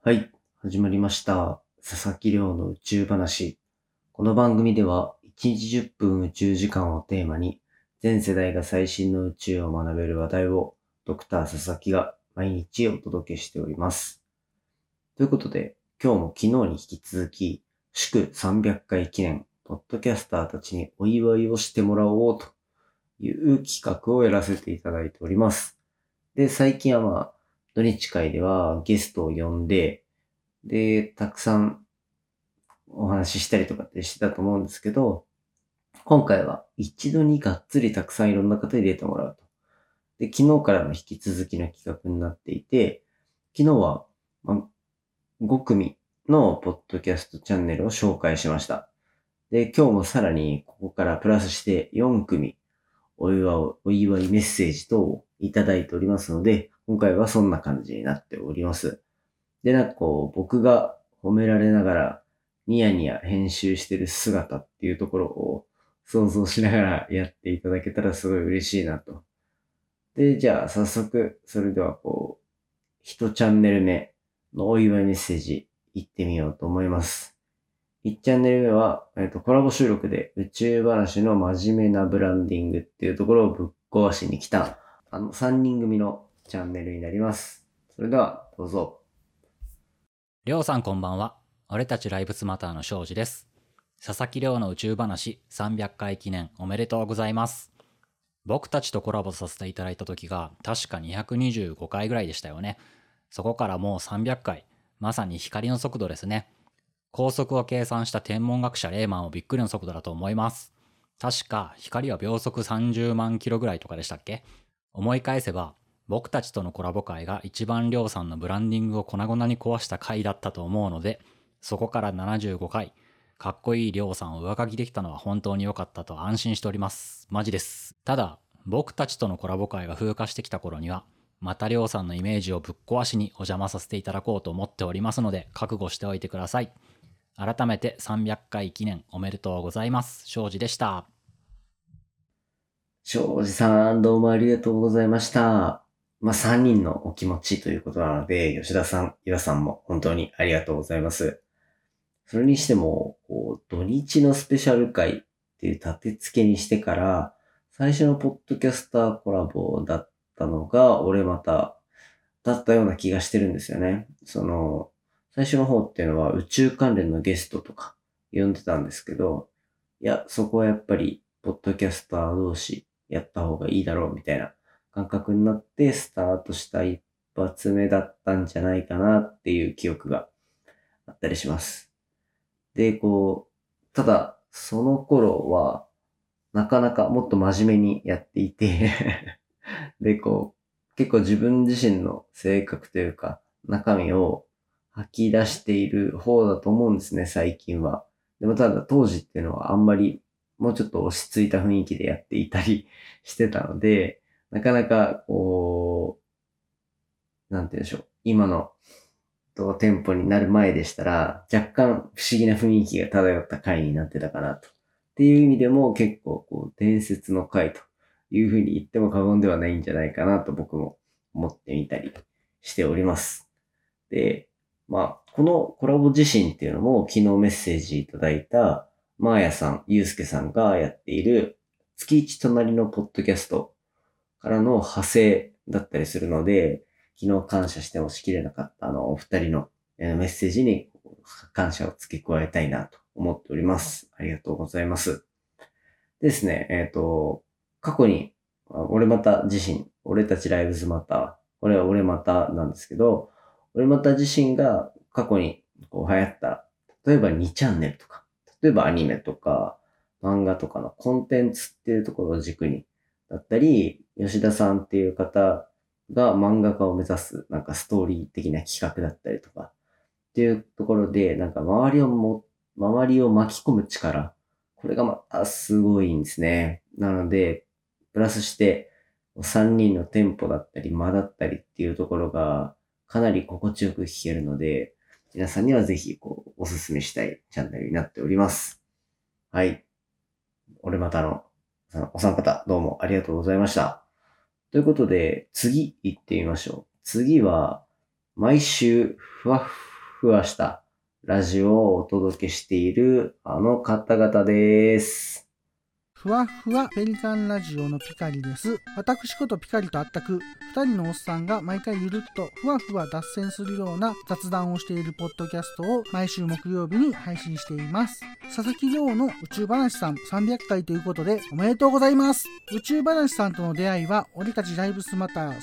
はい、始まりました。佐々木亮の宇宙話。この番組では、1日10分宇宙時間をテーマに、全世代が最新の宇宙を学べる話題を、ドクター佐々木が毎日お届けしております。ということで、今日も昨日に引き続き、祝300回記念、ポッドキャスターたちにお祝いをしてもらおうという企画をやらせていただいております。で、最近は土日会ではゲストを呼んで、で、たくさんお話ししたりとかってしてたと思うんですけど、今回は一度にがっつりたくさんいろんな方に出てもらうと。で、昨日からの引き続きの企画になっていて、昨日は、5組のポッドキャストチャンネルを紹介しました。で、今日もさらにここからプラスして4組お祝いメッセージ等をいただいておりますので、今回はそんな感じになっております。で、僕が褒められながらニヤニヤ編集してる姿っていうところを想像しながらやっていただけたらすごい嬉しいなと。で、じゃあ早速、それでは1チャンネル目のお祝いメッセージ行ってみようと思います。1チャンネル目は、コラボ収録で宇宙話の真面目なブランディングっていうところをぶっ壊しに来た、3人組のチャンネルになります。それでは、どうぞ。 りょうさんこんばんは。俺たちライブスマターの庄司です。佐々木亮の宇宙話300回記念おめでとうございます。僕たちとコラボさせていただいた時が確か225回ぐらいでしたよね。そこからもう300回。まさに光の速度ですね。高速を計算した天文学者レーマンもびっくりの速度だと思います。確か光は秒速30万キロぐらいとかでしたっけ。思い返せば僕たちとのコラボ会が一番りょうさんのブランディングを粉々に壊した回だったと思うので、そこから75回、かっこいいりょうさんを上書きできたのは本当に良かったと安心しております。マジです。ただ、僕たちとのコラボ会が風化してきた頃には、またりょうさんのイメージをぶっ壊しにお邪魔させていただこうと思っておりますので、覚悟しておいてください。改めて300回記念おめでとうございます。庄司でした。 庄司さん、どうもありがとうございました。3人のお気持ちということなので、吉田さん、岩さんも本当にありがとうございます。それにしても、土日のスペシャル回っていう立て付けにしてから、最初のポッドキャスターコラボだったのが、俺また、だったような気がしてるんですよね。最初の方っていうのは宇宙関連のゲストとか呼んでたんですけど、いや、そこはやっぱり、ポッドキャスター同士やった方がいいだろうみたいな感覚になってスタートした一発目だったんじゃないかなっていう記憶があったりします。で、ただ、その頃は、なかなかもっと真面目にやっていてで、結構自分自身の性格というか、中身を吐き出している方だと思うんですね、最近は。でもただ当時っていうのはあんまりもうちょっと落ち着いた雰囲気でやっていたりしてたので、なかなかなんて言うんでしょう。今のテンポになる前でしたら、若干不思議な雰囲気が漂った回になってたかなと。っていう意味でも結構伝説の回というふうに言っても過言ではないんじゃないかなと僕も思ってみたりしております。で、このコラボ自身っていうのも昨日メッセージいただいたマーヤさん、ユうスケさんがやっている月一隣のポッドキャストからの派生だったりするので、昨日感謝してもしきれなかったお二人のメッセージに感謝を付け加えたいなと思っております。ありがとうございます。ですね、過去に、俺たちライブズまた、これは俺またなんですけど、俺また自身が過去に流行った、例えば2チャンネルとか、例えばアニメとか、漫画とかのコンテンツっていうところを軸に、だったり、吉田さんっていう方が漫画家を目指す、なんかストーリー的な企画だったりとか、っていうところで、なんか周りを巻き込む力、これがまたすごいんですね。なので、プラスして、3人のテンポだったり間だったりっていうところが、かなり心地よく聞けるので、皆さんにはぜひ、おすすめしたいチャンネルになっております。はい。俺またお三方、どうもありがとうございました。ということで、次行ってみましょう。次は、毎週、ふわっふわしたラジオをお届けしているあの方々です。 ふわふわペリカンラジオのピカリです。私ことピカリとあったく二人のおっさんが毎回ゆるっとふわふわ脱線するような雑談をしているポッドキャストを毎週木曜日に配信しています。佐々木亮の宇宙話さん300回ということでおめでとうございます。宇宙話さんとの出会いは俺たちライブスマター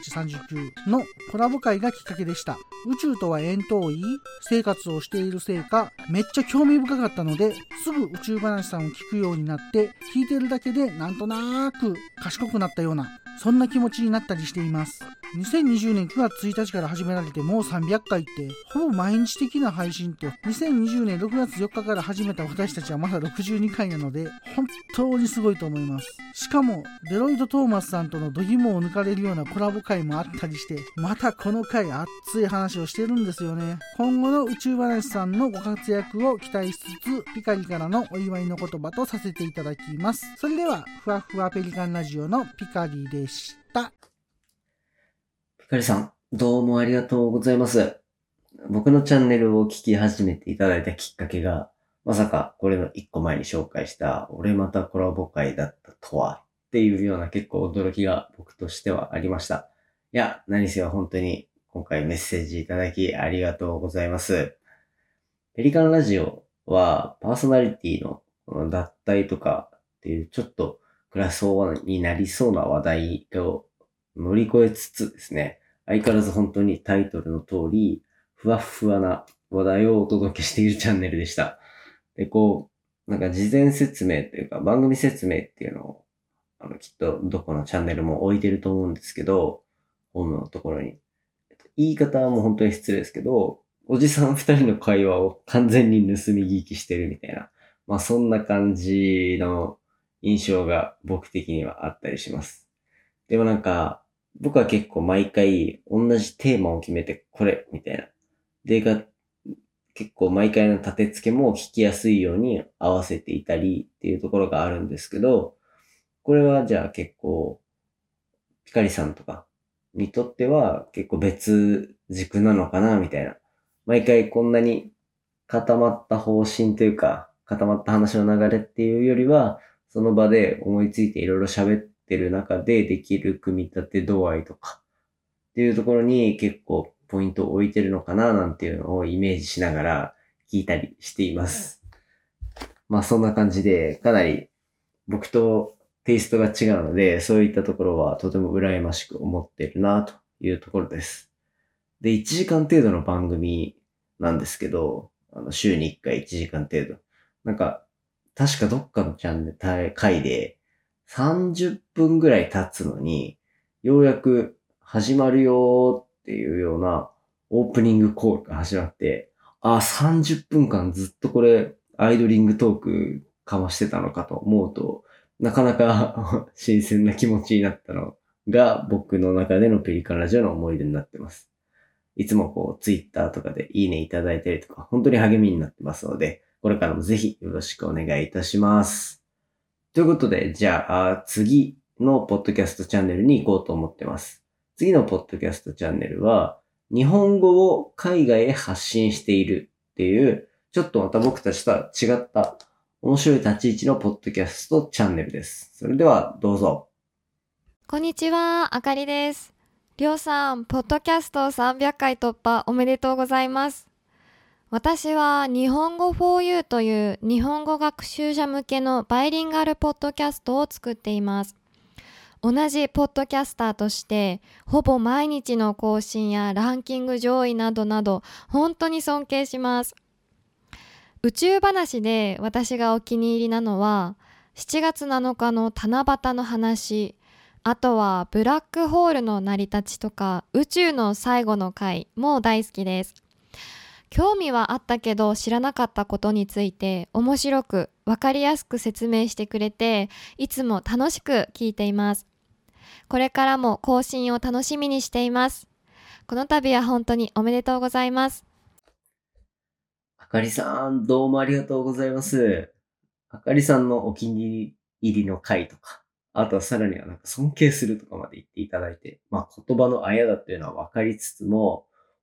38、39のコラボ会がきっかけでした。宇宙とは縁遠い生活をしているせいかめっちゃ興味深かったのですぐ宇宙話さんを聞くようになって聞いてるだけでなんとなく賢くなったようなそんな気持ちになったりしています。2020年9月1日から始められてもう300回ってほぼ毎日的な配信って2020年6月4日から始めた私たちはまだ62回なので本当にすごいと思います。しかもデロイド・トーマスさんとの度肝を抜かれるようなコラボ回もあったりしてまたこの回熱い話をしてるんですよね。今後の宇宙話さんのご活躍を期待しつつピカリからのお祝いの言葉とさせていただきます。それではふわふわペリカンラジオのピカリでした。 ピカリさん、どうもありがとうございます。僕のチャンネルを聞き始めていただいたきっかけが、まさかこれの一個前に紹介した俺またコラボ会だったとはっていうような結構驚きが僕としてはありました。いや、何せよ本当に今回メッセージいただきありがとうございます。ペリカンラジオはパーソナリティのこの脱退とかっていうちょっと暗そうになりそうな話題を乗り越えつつですね、相変わらず本当にタイトルの通り、ふわふわな話題をお届けしているチャンネルでした。で、なんか事前説明というか番組説明っていうのを、きっとどこのチャンネルも置いてると思うんですけど、ホームのところに。言い方はもう本当に失礼ですけど、おじさん二人の会話を完全に盗み聞きしてるみたいな。まあそんな感じの印象が僕的にはあったりします。でもなんか、僕は結構毎回同じテーマを決めてこれみたいな。結構毎回の立て付けも聞きやすいように合わせていたりっていうところがあるんですけど、これはじゃあ結構、ピカリさんとかにとっては結構別軸なのかなみたいな。毎回こんなに固まった方針というか、固まった話の流れっていうよりは、その場で思いついていろいろ喋ってる中でできる組み立て度合いとかっていうところに結構ポイントを置いてるのかななんていうのをイメージしながら聞いたりしています。まあそんな感じでかなり僕とテイストが違うので、そういったところはとても羨ましく思っているなというところです。で、1時間程度の番組なんですけど、週に1回1時間程度。なんか、確かどっかのチャンネル、回で30分ぐらい経つのに、ようやく始まるよっていうようなオープニングコールが始まって、30分間ずっとこれアイドリングトークかましてたのかと思うと、なかなか新鮮な気持ちになったのが僕の中でのペリカンラジオの思い出になってます。いつもツイッターとかでいいねいただいたりとか、本当に励みになってますので、これからもぜひよろしくお願いいたします。ということで、じゃあ、次のポッドキャストチャンネルに行こうと思ってます。次のポッドキャストチャンネルは、日本語を海外へ発信しているっていう、ちょっとまた僕たちとは違った面白い立ち位置のポッドキャストチャンネルです。それではどうぞ。 こんにちは、あかりです。りょうさん、ポッドキャスト300回突破おめでとうございます。私は日本語 4U という日本語学習者向けのバイリンガルポッドキャストを作っています。同じポッドキャスターとしてほぼ毎日の更新やランキング上位などなど本当に尊敬します。宇宙話で私がお気に入りなのは7月7日の七夕の話、あとはブラックホールの成り立ちとか宇宙の最後の回も大好きです。興味はあったけど知らなかったことについて面白く分かりやすく説明してくれていつも楽しく聞いています。これからも更新を楽しみにしています。この度は本当におめでとうございます。 あかりさん、どうもありがとうございます。あかりさんのお気に入りの回とか、あとはさらにはなんか尊敬するとかまで言っていただいて、まあ言葉のあやだっていうのは分かりつつも、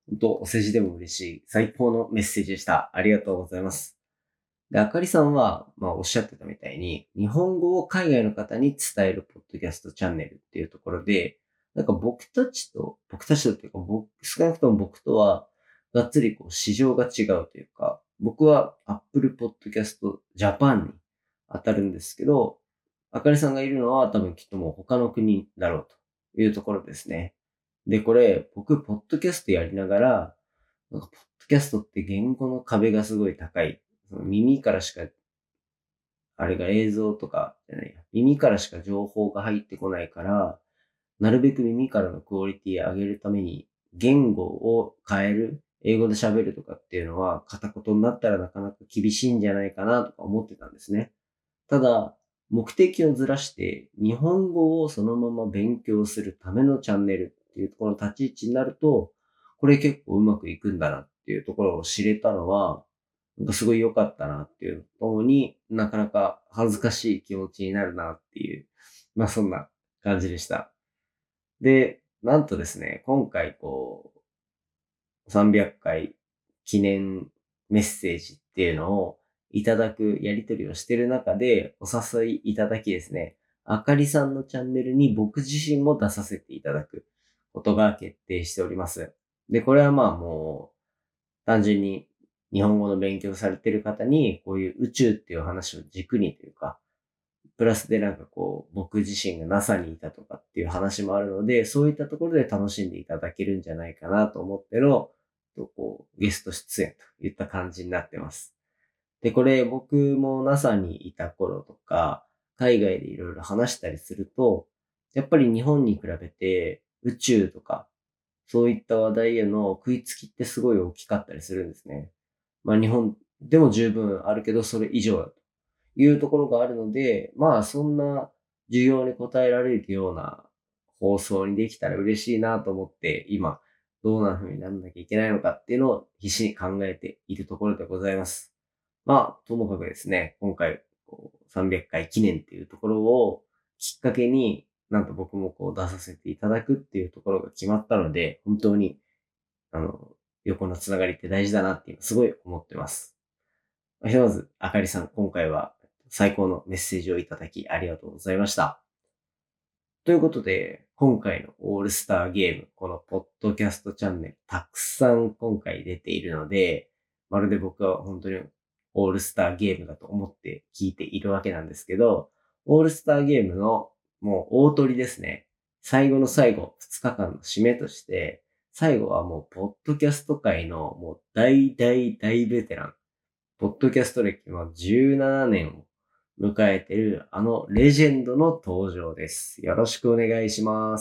本当お世辞でも嬉しい最高のメッセージでした。ありがとうございます。で、あかりさんは、おっしゃってたみたいに、日本語を海外の方に伝えるポッドキャストチャンネルっていうところで、なんか僕たちとっていうか、少なくとも僕とは、がっつり市場が違うというか、僕は Apple Podcast Japan に当たるんですけど、あかりさんがいるのは多分きっともう他の国だろうというところですね。で、これ、僕、ポッドキャストやりながら、なんか、ポッドキャストって言語の壁がすごい高い。その耳からしか、あれが映像とかじゃないや、耳からしか情報が入ってこないから、なるべく耳からのクオリティを上げるために、言語を変える、英語で喋るとかっていうのは、片言になったらなかなか厳しいんじゃないかなとか思ってたんですね。ただ、目的をずらして、日本語をそのまま勉強するためのチャンネルっていうところの立ち位置になると、これ結構うまくいくんだなっていうところを知れたのは、なんかすごい良かったなっていうともに、なかなか恥ずかしい気持ちになるなっていう、そんな感じでした。で、なんとですね、今回300回記念メッセージっていうのをいただくやり取りをしている中でお誘いいただきですね、あかりさんのチャンネルに僕自身も出させていただくことが決定しております。で、これはもう単純に日本語の勉強されている方にこういう宇宙っていう話を軸にというか、プラスで僕自身が NASA にいたとかっていう話もあるので、そういったところで楽しんでいただけるんじゃないかなと思っての、ゲスト出演といった感じになってます。で、これ僕も NASA にいた頃とか、海外でいろいろ話したりすると、やっぱり日本に比べて宇宙とか、そういった話題への食いつきってすごい大きかったりするんですね。日本でも十分あるけど、それ以上だというところがあるので、そんな需要に応えられるような放送にできたら嬉しいなと思って、今、どんな風になんなきゃいけないのかっていうのを必死に考えているところでございます。ともかくですね、今回、300回記念っていうところをきっかけに、なんと僕も出させていただくっていうところが決まったので、本当に、横のつながりって大事だなっていうのすごい思ってます。ひとまず、あかりさん、今回は最高のメッセージをいただきありがとうございました。ということで、今回のオールスターゲーム、このポッドキャストチャンネル、たくさん今回出ているので、まるで僕は本当にオールスターゲームだと思って聞いているわけなんですけど、オールスターゲームのもう大取りですね。最後の最後、2日間の締めとして、最後はもうポッドキャスト界のもう大大大ベテラン、ポッドキャスト歴は17年を迎えているあのレジェンドの登場です。よろしくお願いします。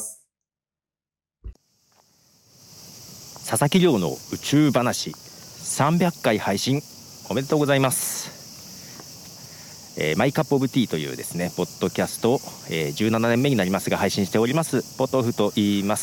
佐々木亮の宇宙話300回配信おめでとうございます。マイカップオブティーというですねポッドキャストを、17年目になりますが配信しておりますポトフと言います。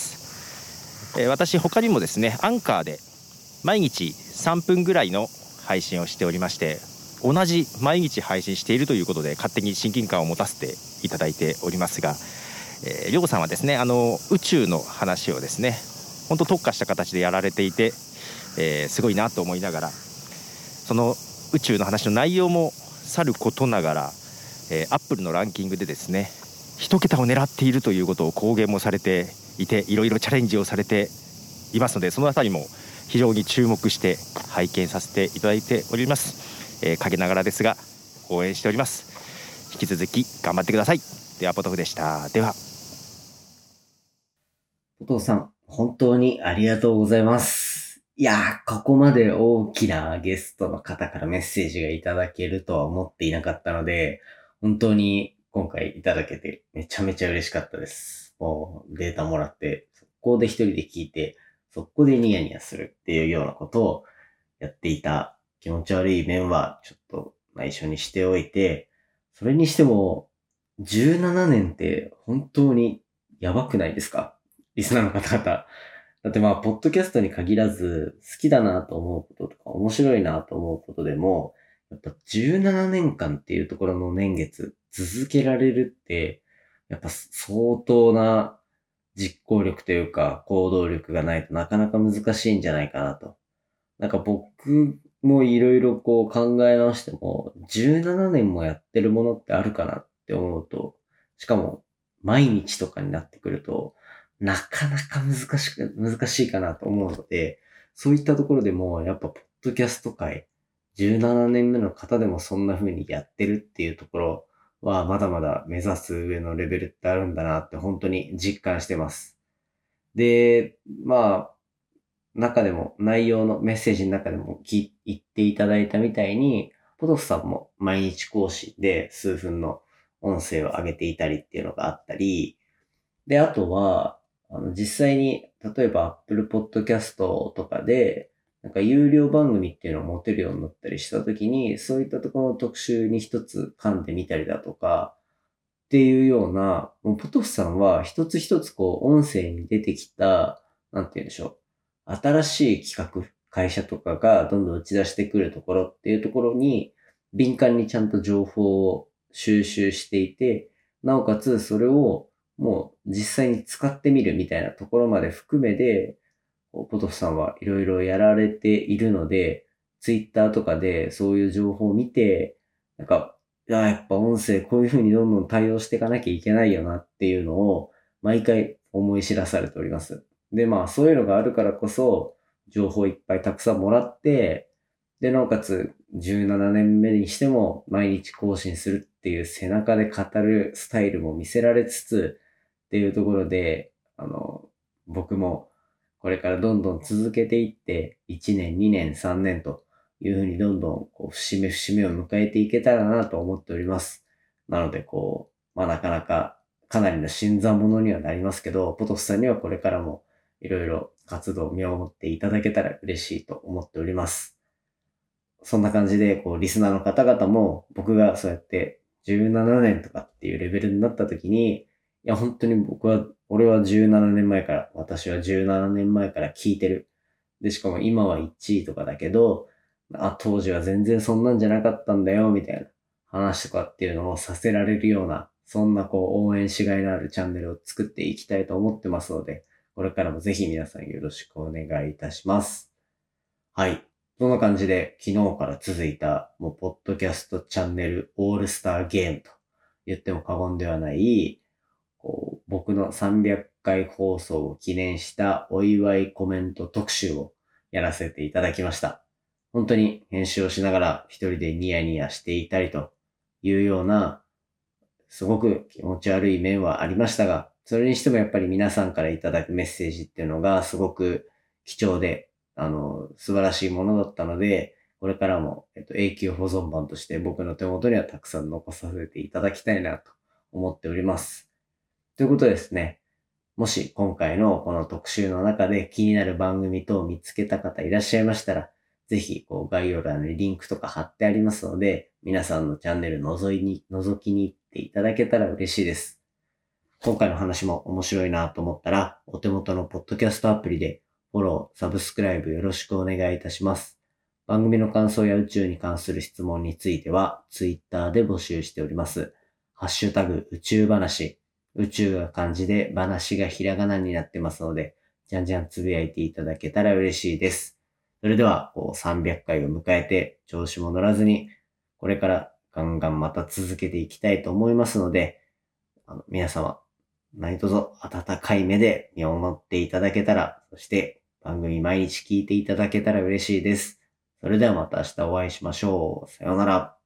私他にもですねアンカーで毎日3分ぐらいの配信をしておりまして、同じ毎日配信しているということで勝手に親近感を持たせていただいておりますが、亮さんはですね宇宙の話をですね本当特化した形でやられていて、すごいなと思いながら、その宇宙の話の内容もさることながら、アップルのランキングでですね1桁を狙っているということを公言もされていて、いろいろチャレンジをされていますので、そのあたりも非常に注目して拝見させていただいております。陰ながらですが応援しております。引き続き頑張ってください。ではポトフでした。ではポトフさん、本当にありがとうございます。いやー、ここまで大きなゲストの方からメッセージがいただけるとは思っていなかったので、本当に今回いただけてめちゃめちゃ嬉しかったです。もうデータもらって、速攻で一人で聞いて、速攻でニヤニヤするっていうようなことをやっていた気持ち悪い面はちょっと内緒にしておいて、それにしても17年って本当にやばくないですか？リスナーの方々。だってポッドキャストに限らず好きだなと思うこととか面白いなと思うことでも、やっぱ17年間っていうところの年月続けられるって、やっぱ相当な実行力というか行動力がないとなかなか難しいんじゃないかなと。なんか僕もいろいろこう考え直しても、17年もやってるものってあるかなって思うと、しかも毎日とかになってくると、なかなか難しいかなと思うので、そういったところでも、やっぱポッドキャスト界、17年目の方でもそんな風にやってるっていうところは、まだまだ目指す上のレベルってあるんだなって本当に実感してます。で、まあ、中でも、内容のメッセージの中でも言っていただいたみたいに、ポトフさんも毎日更新で数分の音声を上げていたりっていうのがあったり、で、あとは、実際に、例えば Apple Podcast とかで、なんか有料番組っていうのを持てるようになったりしたときに、そういったところの特集に一つ噛んでみたりだとか、っていうような、もうポトフさんは一つ一つこう音声に出てきた、なんて言うんでしょう。新しい企画、会社とかがどんどん打ち出してくるところっていうところに、敏感にちゃんと情報を収集していて、なおかつそれをもう実際に使ってみるみたいなところまで含めで、ポトフさんはいろいろやられているので、ツイッターとかでそういう情報を見て、なんか、やっぱ音声こういう風にどんどん対応していかなきゃいけないよなっていうのを毎回思い知らされております。で、まあそういうのがあるからこそ、情報いっぱいたくさんもらって、で、なおかつ17年目にしても毎日更新するっていう背中で語るスタイルも見せられつつっていうところで、僕もこれからどんどん続けていって、1年、2年、3年というふうにどんどんこう節目を迎えていけたらなと思っております。なのでなかなかかなりの新参者にはなりますけど、ポトフさんにはこれからもいろいろ活動を見守っていただけたら嬉しいと思っております。そんな感じで、リスナーの方々も僕がそうやって17年とかっていうレベルになった時に、いや本当に俺は17年前から、私は17年前から聞いてる。で、しかも今は1位とかだけど、当時は全然そんなんじゃなかったんだよ、みたいな話とかっていうのをさせられるような、そんな応援しがいのあるチャンネルを作っていきたいと思ってますので、これからもぜひ皆さんよろしくお願いいたします。はい。そんな感じで昨日から続いたもうポッドキャストチャンネルオールスターゲームと言っても過言ではない、僕の300回放送を記念したお祝いコメント特集をやらせていただきました。本当に編集をしながら一人でニヤニヤしていたりというような、すごく気持ち悪い面はありましたが、それにしてもやっぱり皆さんからいただくメッセージっていうのがすごく貴重で、素晴らしいものだったので、これからも、永久保存版として僕の手元にはたくさん残させていただきたいなと思っております。ということですね。もし今回のこの特集の中で気になる番組等を見つけた方いらっしゃいましたら、ぜひ概要欄にリンクとか貼ってありますので、皆さんのチャンネル覗きに行っていただけたら嬉しいです。今回の話も面白いなと思ったら、お手元のポッドキャストアプリでフォロー、サブスクライブよろしくお願いいたします。番組の感想や宇宙に関する質問については、ツイッターで募集しております。ハッシュタグ宇宙話。宇宙が漢字で話がひらがなになってますので、じゃんじゃんつぶやいていただけたら嬉しいです。それでは、300回を迎えて調子も乗らずに、これからガンガンまた続けていきたいと思いますので、皆様、何卒温かい目で見守っていただけたら、そして番組毎日聞いていただけたら嬉しいです。それではまた明日お会いしましょう。さようなら。